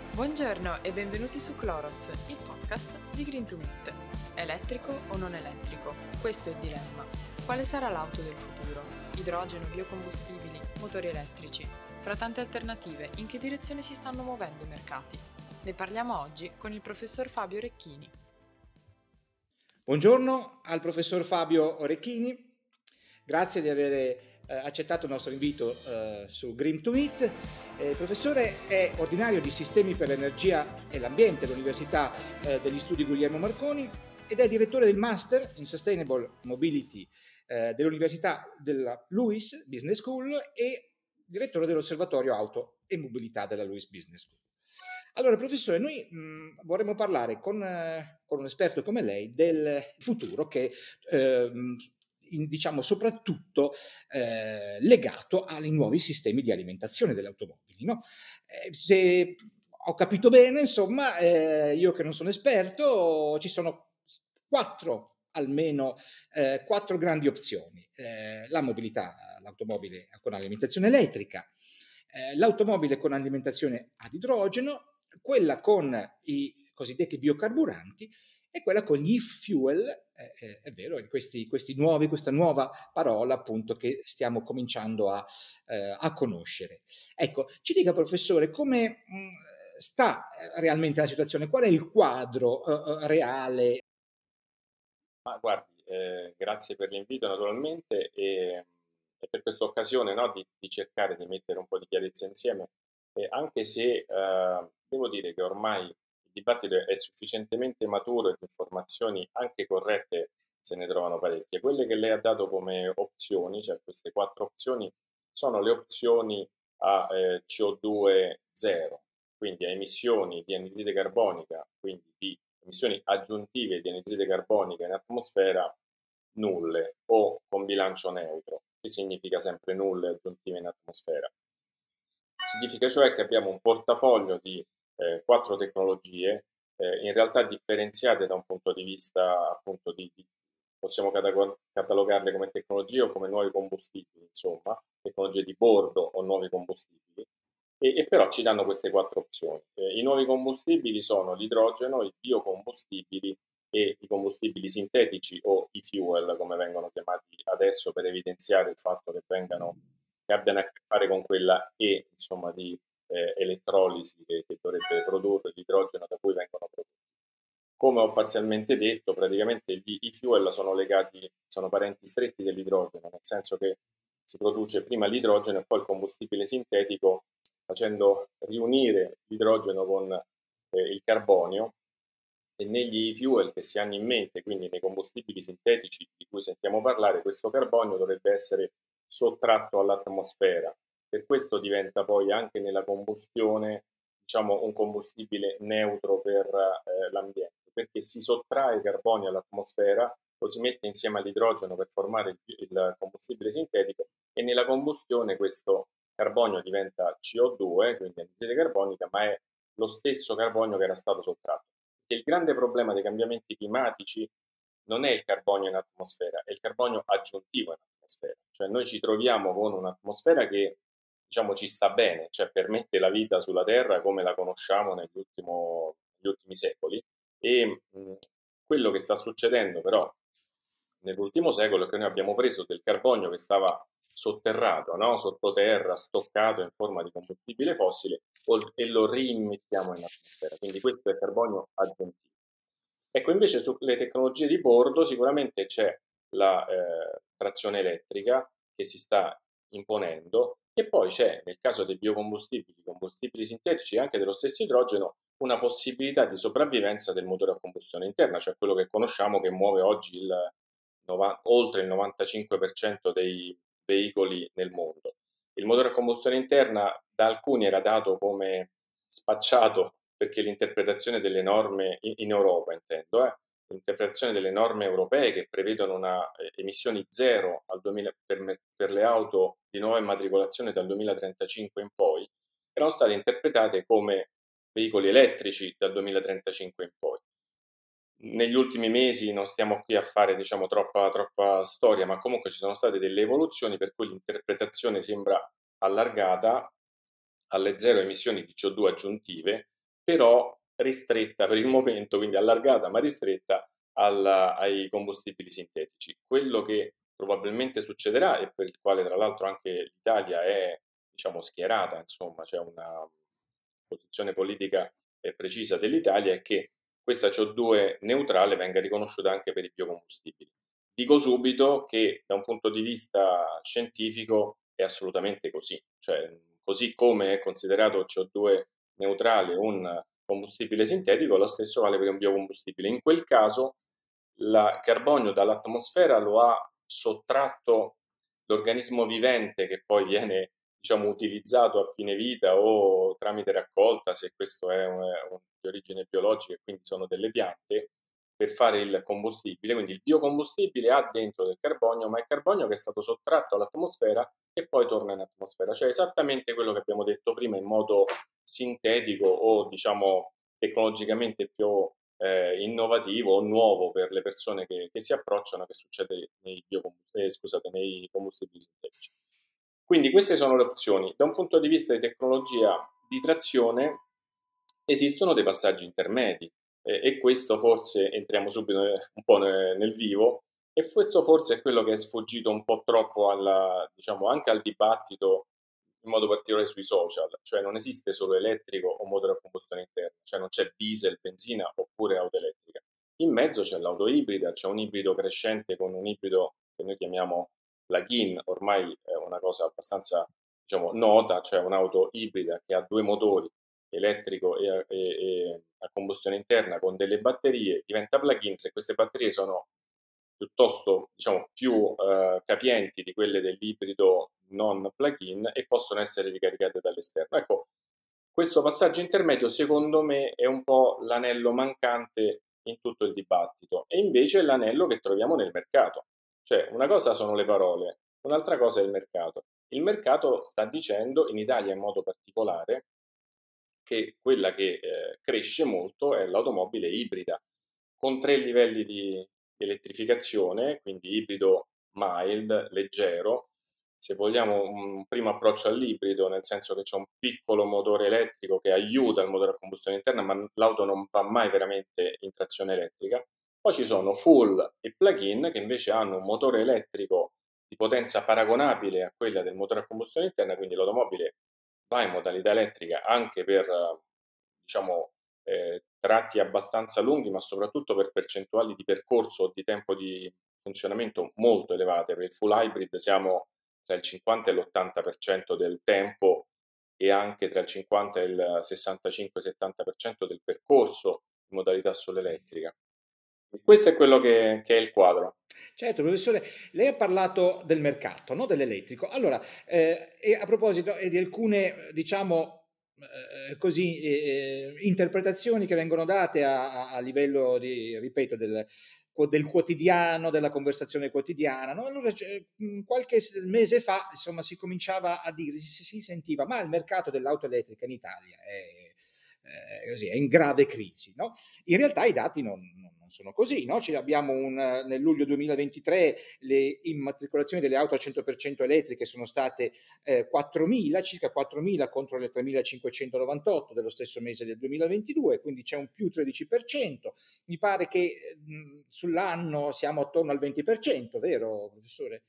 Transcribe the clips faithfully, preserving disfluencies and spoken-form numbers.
Buongiorno e benvenuti su Cloros, il podcast di Green to Meet. Elettrico o non elettrico? Questo è il dilemma. Quale sarà l'auto del futuro? Idrogeno, biocombustibili, motori elettrici? Fra tante alternative, in che direzione si stanno muovendo i mercati? Ne parliamo oggi con il professor Fabio Orecchini. Buongiorno al professor Fabio Orecchini, grazie di aver eh, accettato il nostro invito eh, su Green to Meet. Eh, il professore è ordinario di Sistemi per l'Energia e l'Ambiente all'Università eh, degli Studi Guglielmo Marconi ed è direttore del Master in Sustainable Mobility eh, dell'Università della Lewis Business School e direttore dell'Osservatorio Auto e Mobilità della Lewis Business School. Allora, professore, noi mh, vorremmo parlare con, eh, con un esperto come lei del futuro che eh, in, diciamo soprattutto eh, legato ai nuovi sistemi di alimentazione delle automobili, no? Eh, se ho capito bene, insomma, eh, io che non sono esperto, ci sono quattro almeno eh, quattro grandi opzioni: eh, la mobilità, l'automobile con alimentazione elettrica, eh, l'automobile con alimentazione ad idrogeno, quella con i cosiddetti biocarburanti e quella con gli e-fuel, eh, eh, è vero, questi, questi nuovi, questa nuova parola appunto che stiamo cominciando a, eh, a conoscere. Ecco, ci dica professore, come mh, sta realmente la situazione? Qual è il quadro uh, reale? Ma guardi, eh, grazie per l'invito naturalmente e, e per questa occasione, no, di, di cercare di mettere un po' di chiarezza insieme, e anche se eh, devo dire che ormai il dibattito è sufficientemente maturo e di informazioni anche corrette se ne trovano parecchie. Quelle che lei ha dato come opzioni, cioè queste quattro opzioni, sono le opzioni a eh, C O due zero, quindi a emissioni di anidride carbonica, quindi di emissioni aggiuntive di anidride carbonica in atmosfera nulle o con bilancio neutro, che significa sempre nulle aggiuntive in atmosfera. Significa cioè che abbiamo un portafoglio di eh, quattro tecnologie, eh, in realtà differenziate da un punto di vista appunto di, di possiamo catalogarle come tecnologie o come nuovi combustibili, insomma, tecnologie di bordo o nuovi combustibili, e, e però ci danno queste quattro opzioni. Eh, I nuovi combustibili sono l'idrogeno, i biocombustibili e i combustibili sintetici o i fuel, come vengono chiamati adesso per evidenziare il fatto che vengano che abbiano a che fare con quella E, insomma, di eh, elettrolisi che, che dovrebbe produrre l'idrogeno da cui vengono prodotti. Come ho parzialmente detto, praticamente gli, i fuel sono legati, sono parenti stretti dell'idrogeno, nel senso che si produce prima l'idrogeno e poi il combustibile sintetico, facendo riunire l'idrogeno con eh, il carbonio, e negli fuel che si hanno in mente, quindi nei combustibili sintetici di cui sentiamo parlare, questo carbonio dovrebbe essere sottratto all'atmosfera. Per questo diventa poi anche nella combustione, diciamo, un combustibile neutro per eh, l'ambiente, perché si sottrae carbonio all'atmosfera, lo si mette insieme all'idrogeno per formare il, il combustibile sintetico e nella combustione questo carbonio diventa C O due, quindi anidride carbonica, ma è lo stesso carbonio che era stato sottratto. Che il grande problema dei cambiamenti climatici non è il carbonio in atmosfera, è il carbonio aggiuntivo in atmosfera. Cioè noi ci troviamo con un'atmosfera che diciamo ci sta bene, cioè permette la vita sulla Terra come la conosciamo negli, ultimo, negli ultimi secoli e mh, quello che sta succedendo però nell'ultimo secolo è che noi abbiamo preso del carbonio che stava sotterrato, no? Sottoterra, stoccato in forma di combustibile fossile e lo rimettiamo in atmosfera. Quindi questo è carbonio aggiuntivo. Ecco, invece sulle tecnologie di bordo sicuramente c'è la eh, trazione elettrica che si sta imponendo e poi c'è, nel caso dei biocombustibili, combustibili sintetici e anche dello stesso idrogeno, una possibilità di sopravvivenza del motore a combustione interna, cioè quello che conosciamo che muove oggi il nova- oltre il novantacinque per cento dei veicoli nel mondo. Il motore a combustione interna da alcuni era dato come spacciato perché l'interpretazione delle norme in, in Europa, intendo, eh, l'interpretazione delle norme europee che prevedono una eh, emissioni zero al duemila, per, per le auto di nuova immatricolazione dal duemilatrentacinque in poi, erano state interpretate come veicoli elettrici dal duemilatrentacinque in poi. Negli ultimi mesi non stiamo qui a fare diciamo troppa, troppa storia, ma comunque ci sono state delle evoluzioni per cui l'interpretazione sembra allargata alle zero emissioni di C O due aggiuntive però ristretta per il momento, quindi allargata ma ristretta alla, ai combustibili sintetici. Quello che probabilmente succederà e per il quale tra l'altro anche l'Italia è, diciamo, schierata, insomma, c'è una posizione politica eh, precisa dell'Italia, è che questa C O due neutrale venga riconosciuta anche per i biocombustibili. Dico subito che da un punto di vista scientifico è assolutamente così, cioè così come è considerato C O due neutrale un combustibile sintetico, lo stesso vale per un biocombustibile. In quel caso il carbonio dall'atmosfera lo ha sottratto l'organismo vivente che poi viene, diciamo, utilizzato a fine vita o tramite raccolta, se questo è un, un, di origine biologica e quindi sono delle piante, per fare il combustibile. Quindi il biocombustibile ha dentro del carbonio, ma è carbonio che è stato sottratto all'atmosfera e poi torna in atmosfera, cioè esattamente quello che abbiamo detto prima in modo sintetico o diciamo tecnologicamente più eh, innovativo o nuovo per le persone che, che si approcciano, che succede nei, eh, scusate, nei combustibili sintetici. Quindi queste sono le opzioni. Da un punto di vista di tecnologia di trazione esistono dei passaggi intermedi eh, e questo forse entriamo subito un po' nel, nel vivo e questo forse è quello che è sfuggito un po' troppo alla, diciamo, anche al dibattito in modo particolare sui social, cioè non esiste solo elettrico o motore a combustione interna, cioè non c'è diesel, benzina oppure auto elettrica. In mezzo c'è l'auto ibrida, c'è un ibrido crescente con un ibrido che noi chiamiamo plug-in, ormai è una cosa abbastanza diciamo, nota, cioè un'auto ibrida che ha due motori, elettrico e, e, e a combustione interna con delle batterie, diventa plug-in se queste batterie sono piuttosto diciamo, più eh, capienti di quelle dell'ibrido non plug-in e possono essere ricaricate dall'esterno. Ecco, questo passaggio intermedio secondo me è un po' l'anello mancante in tutto il dibattito e invece è l'anello che troviamo nel mercato. Cioè una cosa sono le parole, un'altra cosa è il mercato. Il mercato sta dicendo, in Italia in modo particolare, che quella che eh, cresce molto è l'automobile ibrida, con tre livelli di elettrificazione, quindi ibrido mild, leggero. Se vogliamo un primo approccio all'ibrido, nel senso che c'è un piccolo motore elettrico che aiuta il motore a combustione interna, ma l'auto non va mai veramente in trazione elettrica. Poi ci sono full e plug-in che invece hanno un motore elettrico di potenza paragonabile a quella del motore a combustione interna, quindi l'automobile va in modalità elettrica anche per diciamo, eh, tratti abbastanza lunghi, ma soprattutto per percentuali di percorso o di tempo di funzionamento molto elevate. Per il full hybrid siamo tra il cinquanta e l'ottanta per cento del tempo e anche tra il cinquanta e il sessantacinque settanta per cento del percorso in modalità solo elettrica. Questo è quello che, che è il quadro. Certo, professore, lei ha parlato del mercato, no? Dell'elettrico. Allora, eh, e a proposito eh, di alcune, diciamo, eh, così, eh, interpretazioni che vengono date a, a livello di, ripeto, del, del quotidiano, della conversazione quotidiana, no? Allora, cioè, qualche mese fa, insomma, si cominciava a dire, si, si sentiva, ma il mercato dell'auto elettrica in Italia è eh, così, è in grave crisi. No? In realtà i dati non, non sono così. No? Ci abbiamo un, nel luglio duemilaventitré le immatricolazioni delle auto al cento per cento elettriche sono state eh, quattromila, circa quattromila contro le tremilacinquecentonovantotto dello stesso mese del duemilaventidue, quindi c'è un più tredici per cento. Mi pare che mh, sull'anno siamo attorno al venti per cento, vero professore?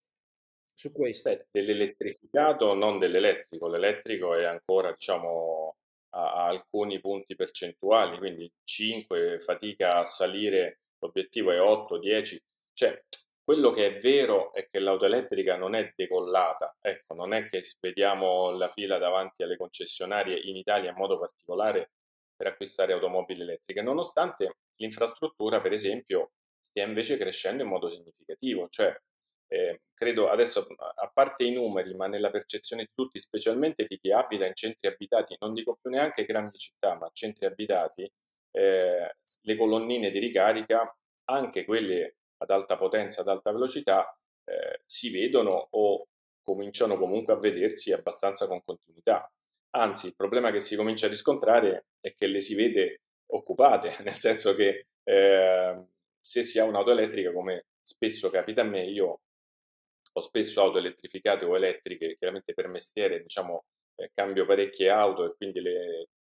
Su questo. Beh, dell'elettrificato, non dell'elettrico. L'elettrico è ancora, diciamo, a, a alcuni punti percentuali, quindi cinque, fatica a salire, l'obiettivo è otto, dieci. Cioè, quello che è vero è che l'auto elettrica non è decollata. Ecco, non è che vediamo la fila davanti alle concessionarie in Italia in modo particolare per acquistare automobili elettriche, nonostante l'infrastruttura, per esempio, stia invece crescendo in modo significativo. Cioè, eh, credo adesso, a parte i numeri, ma nella percezione di tutti, specialmente di chi abita in centri abitati, non dico più neanche grandi città, ma centri abitati, eh, le colonnine di ricarica, anche quelle ad alta potenza, ad alta velocità, eh, si vedono o cominciano comunque a vedersi abbastanza con continuità. Anzi, il problema che si comincia a riscontrare è che le si vede occupate, nel senso che eh, se si ha un'auto elettrica, come spesso capita a me, io ho spesso auto elettrificate o elettriche, chiaramente per mestiere, diciamo, eh, cambio parecchie auto e quindi le,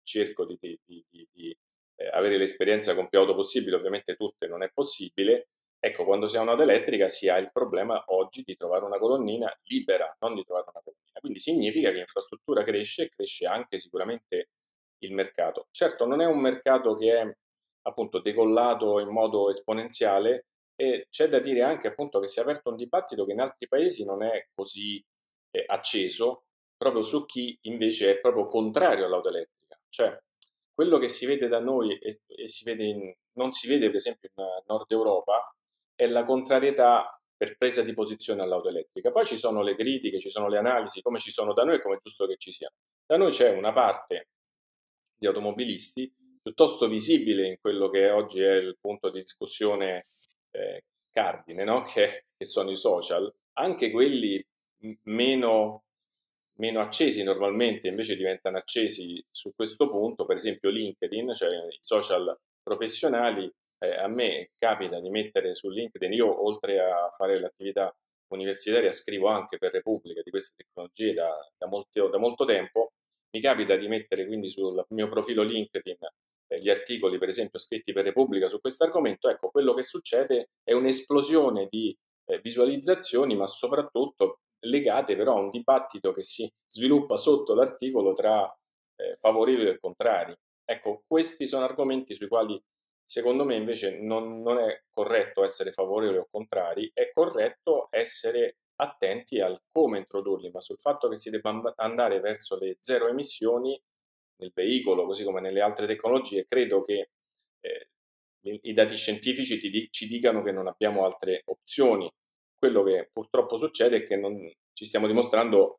cerco di, di, di, di eh, avere l'esperienza con più auto possibile, ovviamente tutte non è possibile. Ecco, quando si ha un'auto elettrica si ha il problema oggi di trovare una colonnina libera, non di trovare una colonnina. Quindi significa che l'infrastruttura cresce e cresce anche sicuramente il mercato. Certo, non è un mercato che è appunto decollato in modo esponenziale, e c'è da dire anche appunto che si è aperto un dibattito che in altri paesi non è così eh, acceso, proprio su chi invece è proprio contrario all'auto elettrica. Cioè, quello che si vede da noi e, e si vede in, non si vede per esempio in Nord Europa è la contrarietà per presa di posizione all'auto elettrica. Poi ci sono le critiche, ci sono le analisi, come ci sono da noi e come è giusto che ci siano. Da noi c'è una parte di automobilisti piuttosto visibile in quello che oggi è il punto di discussione eh, cardine, no? che, che sono i social, anche quelli meno, meno accesi normalmente invece diventano accesi su questo punto, per esempio LinkedIn, cioè i social professionali. Eh, a me capita di mettere su LinkedIn, io oltre a fare l'attività universitaria scrivo anche per Repubblica di queste tecnologie da, da, molto, da molto tempo. Mi capita di mettere quindi sul mio profilo LinkedIn eh, gli articoli, per esempio, scritti per Repubblica su questo argomento. Ecco, quello che succede è un'esplosione di eh, visualizzazioni, ma soprattutto legate però a un dibattito che si sviluppa sotto l'articolo tra eh, favorevoli e contrari. Ecco, questi sono argomenti sui quali secondo me invece non, non è corretto essere favorevoli o contrari, è corretto essere attenti al come introdurli, ma sul fatto che si debba andare verso le zero emissioni nel veicolo, così come nelle altre tecnologie, credo che eh, i dati scientifici ti, ci dicano che non abbiamo altre opzioni. Quello che purtroppo succede è che non, ci stiamo dimostrando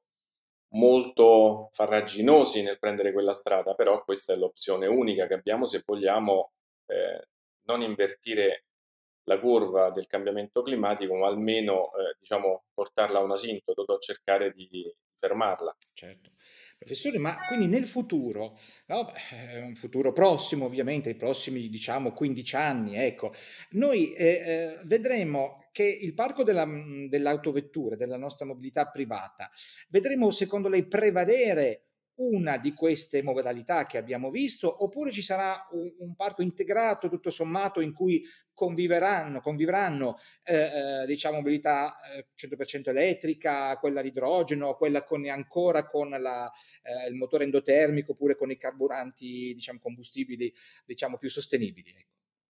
molto farraginosi nel prendere quella strada, però questa è l'opzione unica che abbiamo se vogliamo eh, non invertire la curva del cambiamento climatico, ma almeno eh, diciamo, portarla a un asintoto, cercare di fermarla. Certo. Professore, ma quindi nel futuro, no, beh, un futuro prossimo ovviamente, i prossimi diciamo quindici anni, ecco, noi eh, eh, vedremo che il parco della, dell'autovettura, della nostra mobilità privata, vedremo secondo lei prevalere una di queste modalità che abbiamo visto, oppure ci sarà un, un parco integrato tutto sommato in cui conviveranno, convivranno eh, eh, diciamo mobilità eh, cento per cento elettrica, quella di idrogeno, quella con, ancora con la, eh, il motore endotermico oppure con i carburanti diciamo combustibili diciamo più sostenibili, ecco.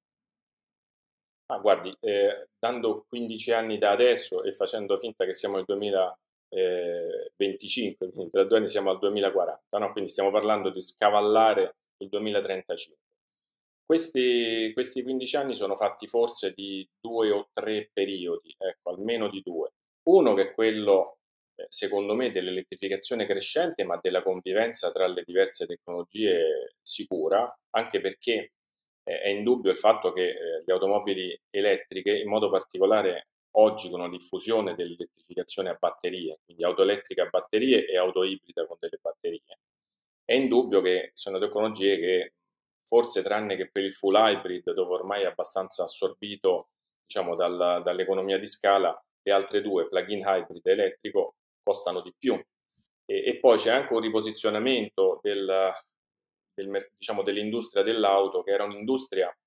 Ah, guardi, eh, dando quindici anni da adesso e facendo finta che siamo nel duemilaventicinque, quindi tra due anni siamo al duemilaquaranta, no? Quindi stiamo parlando di scavallare il duemilatrentacinque. Questi, questi quindici anni sono fatti forse di due o tre periodi, ecco, almeno di due. Uno che è quello, eh, secondo me, dell'elettrificazione crescente, ma della convivenza tra le diverse tecnologie sicura, anche perché eh, è indubbio il fatto che eh, le automobili elettriche, in modo particolare oggi con una diffusione dell'elettrificazione a batterie, quindi auto elettriche a batterie e auto ibrida con delle batterie, è indubbio che sono tecnologie che forse tranne che per il full hybrid, dove ormai è abbastanza assorbito diciamo, dal, dall'economia di scala, le altre due, plug-in hybrid e elettrico, costano di più. E, e poi c'è anche un riposizionamento del, del, diciamo, dell'industria dell'auto, che era un'industria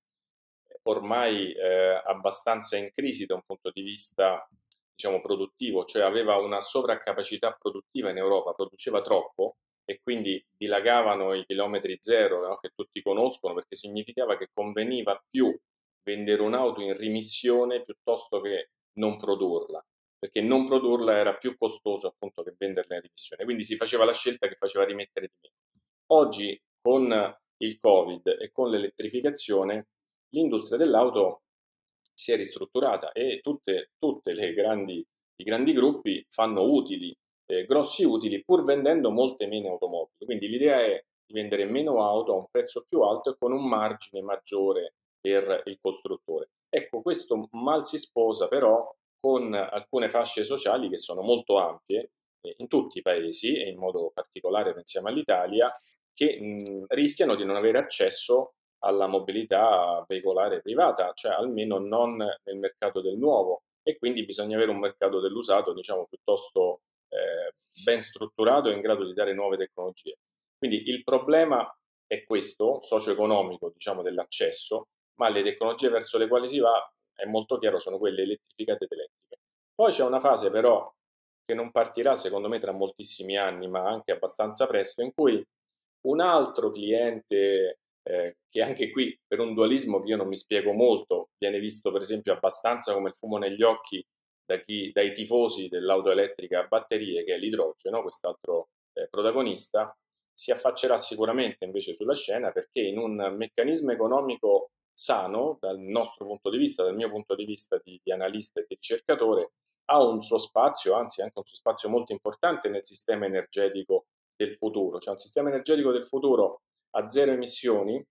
ormai eh, abbastanza in crisi da un punto di vista diciamo, produttivo, cioè aveva una sovraccapacità produttiva in Europa, produceva troppo e quindi dilagavano i chilometri zero, no? Che tutti conoscono, perché significava che conveniva più vendere un'auto in rimissione piuttosto che non produrla, perché non produrla era più costoso appunto che venderla in rimissione, quindi si faceva la scelta che faceva rimettere di meno. Oggi con il Covid e con l'elettrificazione l'industria dell'auto si è ristrutturata e tutte, tutte le grandi, i grandi gruppi fanno utili, eh, grossi utili, pur vendendo molte meno automobili. Quindi l'idea è di vendere meno auto a un prezzo più alto e con un margine maggiore per il costruttore. Ecco, questo mal si sposa però con alcune fasce sociali che sono molto ampie eh, in tutti i paesi e in modo particolare pensiamo all'Italia, che mh, rischiano di non avere accesso alla mobilità veicolare privata, cioè almeno non nel mercato del nuovo, e quindi bisogna avere un mercato dell'usato, diciamo, piuttosto eh, ben strutturato e in grado di dare nuove tecnologie. Quindi il problema è questo, socio-economico, diciamo, dell'accesso, ma le tecnologie verso le quali si va, è molto chiaro, sono quelle elettrificate ed elettriche. Poi c'è una fase però che non partirà secondo me tra moltissimi anni, ma anche abbastanza presto, in cui un altro cliente, eh, che anche qui per un dualismo che io non mi spiego molto, viene visto per esempio abbastanza come il fumo negli occhi da chi, dai tifosi dell'auto elettrica a batterie, che è l'idrogeno, quest'altro eh, protagonista, si affaccerà sicuramente invece sulla scena perché in un meccanismo economico sano, dal nostro punto di vista, dal mio punto di vista di, di analista e di ricercatore, ha un suo spazio, anzi anche un suo spazio molto importante nel sistema energetico del futuro. Cioè un sistema energetico del futuro a zero emissioni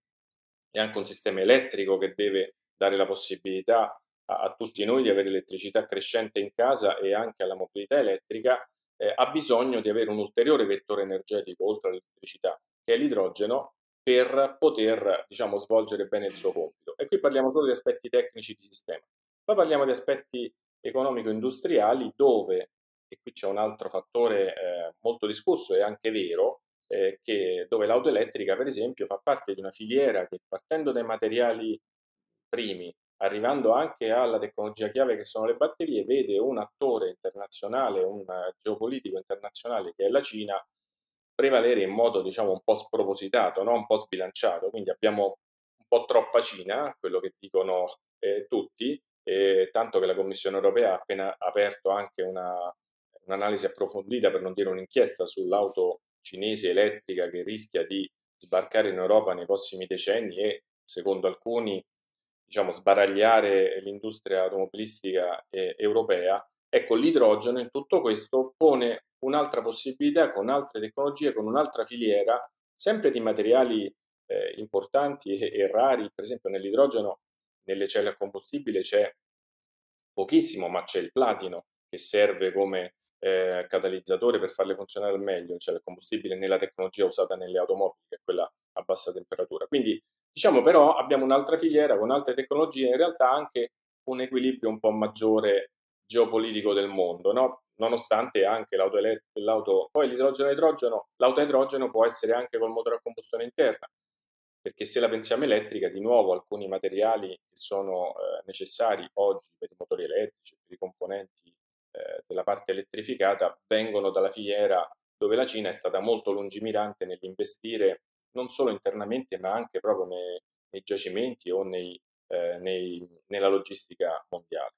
e anche un sistema elettrico che deve dare la possibilità a, a tutti noi di avere elettricità crescente in casa e anche alla mobilità elettrica, eh, ha bisogno di avere un ulteriore vettore energetico oltre all'elettricità, che è l'idrogeno, per poter, diciamo, svolgere bene il suo compito. E qui parliamo solo di aspetti tecnici di sistema. Poi parliamo di aspetti economico-industriali dove, e qui c'è un altro fattore eh, molto discusso e anche vero, eh, che, dove l'auto elettrica, per esempio, fa parte di una filiera che partendo dai materiali primi, arrivando anche alla tecnologia chiave che sono le batterie, vede un attore internazionale, un uh, geopolitico internazionale che è la Cina, prevalere in modo diciamo un po' spropositato, no? Un po' sbilanciato. Quindi abbiamo un po' troppa Cina, quello che dicono eh, tutti, eh, tanto che la Commissione europea ha appena aperto anche una, un'analisi approfondita, per non dire un'inchiesta, sull'auto cinese elettrica che rischia di sbarcare in Europa nei prossimi decenni e, secondo alcuni, diciamo, sbaragliare l'industria automobilistica eh, europea. Ecco, l'idrogeno in tutto questo pone un'altra possibilità con altre tecnologie, con un'altra filiera, sempre di materiali eh, importanti e, e rari. Per esempio nell'idrogeno, nelle celle a combustibile c'è pochissimo, ma c'è il platino che serve come eh, catalizzatore per farle funzionare al meglio, cioè il combustibile nella tecnologia usata nelle automobili, che è quella a bassa temperatura. Quindi diciamo però abbiamo un'altra filiera con altre tecnologie, in realtà anche un equilibrio un po' maggiore geopolitico del mondo, no? Nonostante anche l'auto, l'auto poi l'idrogeno e idrogeno, l'auto a idrogeno può essere anche col motore a combustione interna, perché se la pensiamo elettrica, di nuovo alcuni materiali che sono eh, necessari oggi per i motori elettrici, per i componenti eh, della parte elettrificata, vengono dalla filiera dove la Cina è stata molto lungimirante nell'investire non solo internamente ma anche proprio nei, nei giacimenti o nei, eh, nei, nella logistica mondiale.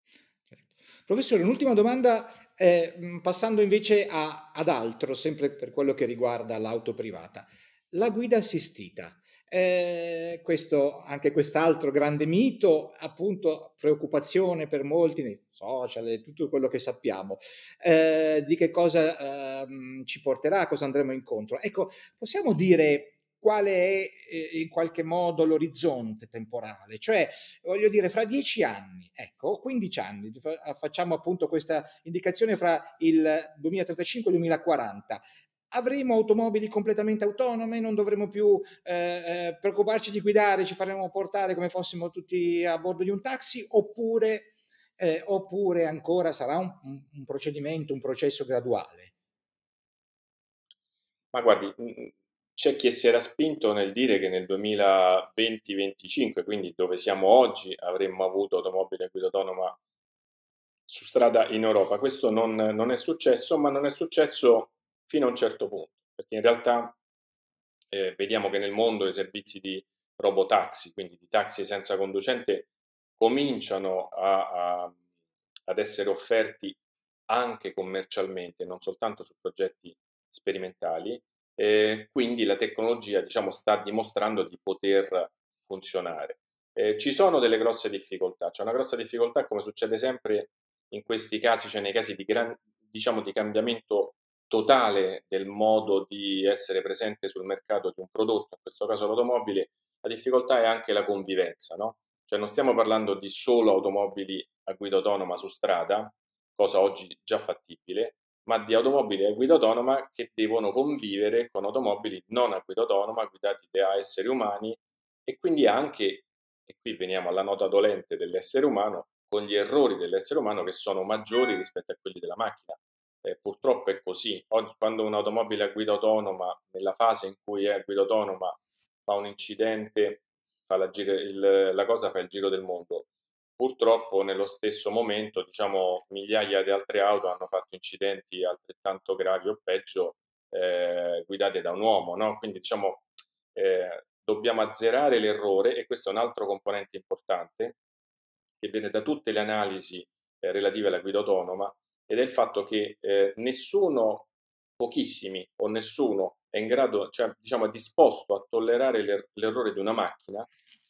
Professore, un'ultima domanda, eh, passando invece a, ad altro, sempre per quello che riguarda l'auto privata. La guida assistita, eh, questo, anche quest'altro grande mito, appunto preoccupazione per molti nei social e tutto quello che sappiamo, eh, di che cosa eh, ci porterà, cosa andremo incontro. Ecco, possiamo dire quale è eh, in qualche modo l'orizzonte temporale, cioè voglio dire fra dieci anni, ecco, o quindici anni, facciamo appunto questa indicazione fra il duemilatrentacinque e il duemilaquaranta. Avremo automobili completamente autonome, non dovremo più eh, eh, preoccuparci di guidare, ci faremo portare come fossimo tutti a bordo di un taxi, oppure, eh, oppure ancora sarà un, un procedimento, un processo graduale? Ma guardi, c'è chi si era spinto nel dire che nel duemilaventi venticinque, quindi dove siamo oggi, avremmo avuto automobili a guida autonoma su strada in Europa. Questo non, non è successo, ma non è successo fino a un certo punto, perché in realtà eh, vediamo che nel mondo i servizi di robotaxi, quindi di taxi senza conducente, cominciano a, a, ad essere offerti anche commercialmente, non soltanto su progetti sperimentali, eh, quindi la tecnologia, diciamo, sta dimostrando di poter funzionare. Eh, ci sono delle grosse difficoltà, c'è una grossa difficoltà, come succede sempre in questi casi, cioè nei casi di, gran, diciamo, di cambiamento totale del modo di essere presente sul mercato di un prodotto, in questo caso l'automobile, la difficoltà è anche la convivenza, no? Cioè non stiamo parlando di solo automobili a guida autonoma su strada, cosa oggi già fattibile, ma di automobili a guida autonoma che devono convivere con automobili non a guida autonoma, guidati da esseri umani e quindi anche, e qui veniamo alla nota dolente dell'essere umano, con gli errori dell'essere umano che sono maggiori rispetto a quelli della macchina. Eh, purtroppo è così. Oggi, quando un'automobile a guida autonoma, nella fase in cui è a guida autonoma, fa un incidente, fa la, giro, il, la cosa fa il giro del mondo. Purtroppo nello stesso momento, diciamo, migliaia di altre auto hanno fatto incidenti altrettanto gravi o peggio, eh, guidate da un uomo, no? Quindi diciamo eh, dobbiamo azzerare l'errore, e questo è un altro componente importante che viene da tutte le analisi eh, relative alla guida autonoma, ed è il fatto che eh, nessuno, pochissimi o nessuno è in grado, cioè diciamo è disposto a tollerare l'er- l'errore di una macchina,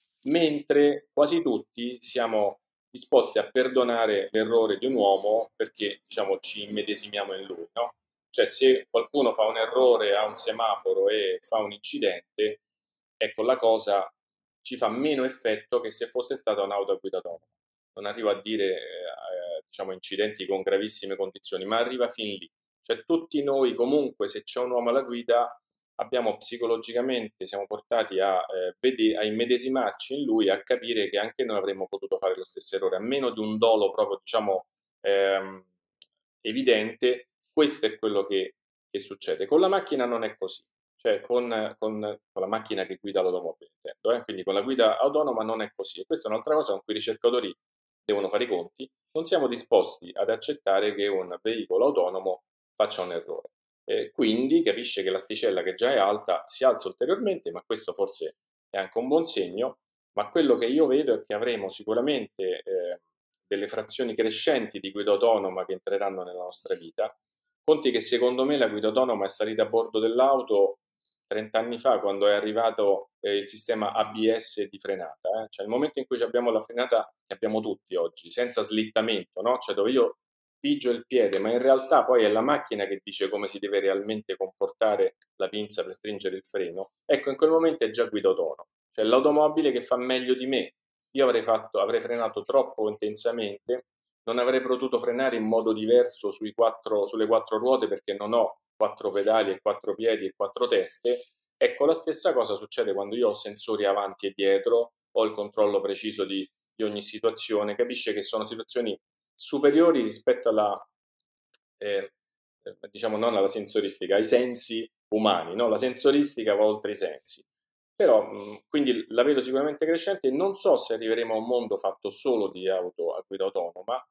mentre quasi tutti siamo disposti a perdonare l'errore di un uomo perché diciamo ci immedesimiamo in lui, no? Cioè se qualcuno fa un errore a un semaforo e fa un incidente, ecco la cosa ci fa meno effetto che se fosse stata un'auto a guida autonoma. Non arrivo a dire eh, diciamo incidenti con gravissime condizioni, ma arriva fin lì. Cioè tutti noi comunque, se c'è un uomo alla guida, abbiamo psicologicamente, siamo portati a, eh, vede- a immedesimarci in lui, a capire che anche noi avremmo potuto fare lo stesso errore, a meno di un dolo proprio, diciamo, ehm, evidente. Questo è quello che, che succede. Con la macchina non è così, cioè con, con, con la macchina che guida l'automobile, intendo, eh? Quindi con la guida autonoma non è così. E questa è un'altra cosa con cui i ricercatori devono fare i conti. Non siamo disposti ad accettare che un veicolo autonomo faccia un errore. Eh, quindi capisce che l'asticella, che già è alta, si alza ulteriormente, ma questo forse è anche un buon segno. Ma quello che io vedo è che avremo sicuramente eh, delle frazioni crescenti di guida autonoma che entreranno nella nostra vita. Conti che secondo me la guida autonoma è salita a bordo dell'auto trenta anni fa, quando è arrivato eh, il sistema A B S di frenata, eh? Cioè il momento in cui abbiamo la frenata che abbiamo tutti oggi, senza slittamento, no? Cioè dove io pigio il piede, ma in realtà poi è la macchina che dice come si deve realmente comportare la pinza per stringere il freno. Ecco, in quel momento è già guida autonoma, cioè l'automobile che fa meglio di me. Io avrei, fatto, avrei frenato troppo intensamente, non avrei potuto frenare in modo diverso sui quattro, sulle quattro ruote perché non ho quattro pedali e quattro piedi e quattro teste. Ecco, la stessa cosa succede quando io ho sensori avanti e dietro, ho il controllo preciso di, di ogni situazione, capisce che sono situazioni superiori rispetto alla, eh, diciamo non alla sensoristica, ai sensi umani, no? La sensoristica va oltre i sensi. Però, mh, quindi la vedo sicuramente crescente. Non so se arriveremo a un mondo fatto solo di auto a guida autonoma,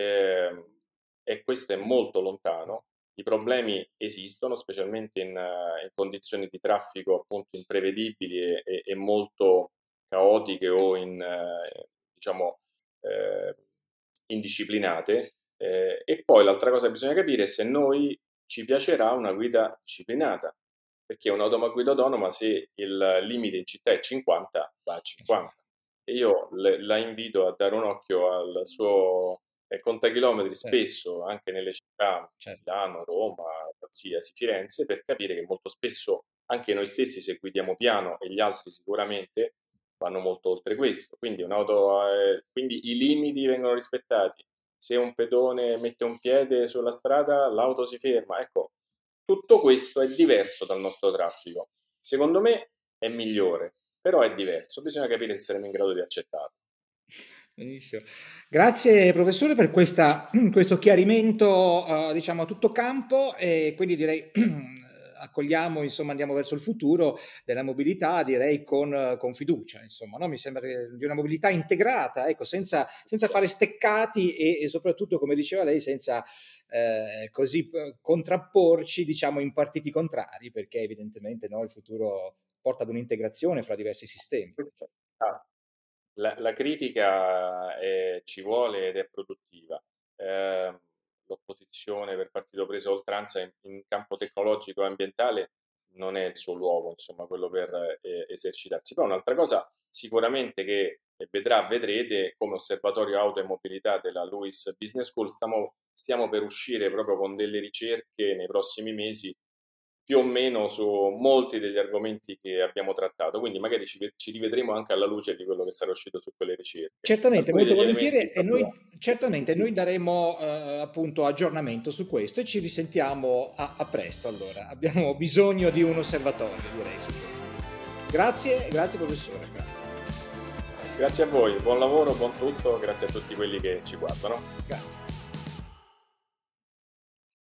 eh, e questo è molto lontano. I problemi esistono, specialmente in, uh, in condizioni di traffico appunto imprevedibili e, e, e molto caotiche o in, uh, diciamo, eh, indisciplinate. Eh, e poi l'altra cosa che bisogna capire è se noi ci piacerà una guida disciplinata, perché un'auto a guida autonoma, se il limite in città è cinquanta, va a cinquanta. E io le, la invito a dare un occhio al suo eh, contachilometri, Certo, spesso anche nelle città, certo. Milano, Roma, qualsiasi, Firenze, per capire che molto spesso anche noi stessi, se guidiamo piano, e gli altri sicuramente, vanno molto oltre questo. Quindi, un'auto, eh, quindi i limiti vengono rispettati. Se un pedone mette un piede sulla strada, l'auto si ferma. Ecco, tutto questo è diverso dal nostro traffico. Secondo me è migliore, però è diverso. Bisogna capire se saremo in grado di accettarlo. Benissimo. Grazie professore per questa, questo chiarimento, uh, diciamo a tutto campo, e quindi direi accogliamo, insomma, andiamo verso il futuro della mobilità, direi con, con fiducia, insomma, no? Mi sembra di una mobilità integrata, ecco, senza, senza fare steccati e, e soprattutto, come diceva lei, senza eh, così contrapporci, diciamo, in partiti contrari, perché evidentemente no, il futuro porta ad un'integrazione fra diversi sistemi. Ah, la, la critica è, ci vuole ed è produttiva. Eh, l'opposizione per partito preso a oltranza in, in campo tecnologico e ambientale non è il suo luogo, insomma, quello per eh, esercitarsi. Poi un'altra cosa sicuramente che vedrà, vedrete, come osservatorio auto e mobilità della Lewis Business School, stiamo, stiamo per uscire proprio con delle ricerche nei prossimi mesi più o meno su molti degli argomenti che abbiamo trattato, quindi magari ci, ci rivedremo anche alla luce di quello che sarà uscito su quelle ricerche. Certamente, Alcuni molto degli volentieri, elementi e noi, proprio... certamente, Sì. noi daremo eh, appunto aggiornamento su questo e ci risentiamo a, a presto allora. Abbiamo bisogno di un osservatorio, direi, su questo. Grazie, grazie professore, grazie. Grazie a voi, buon lavoro, buon tutto, grazie a tutti quelli che ci guardano. Grazie.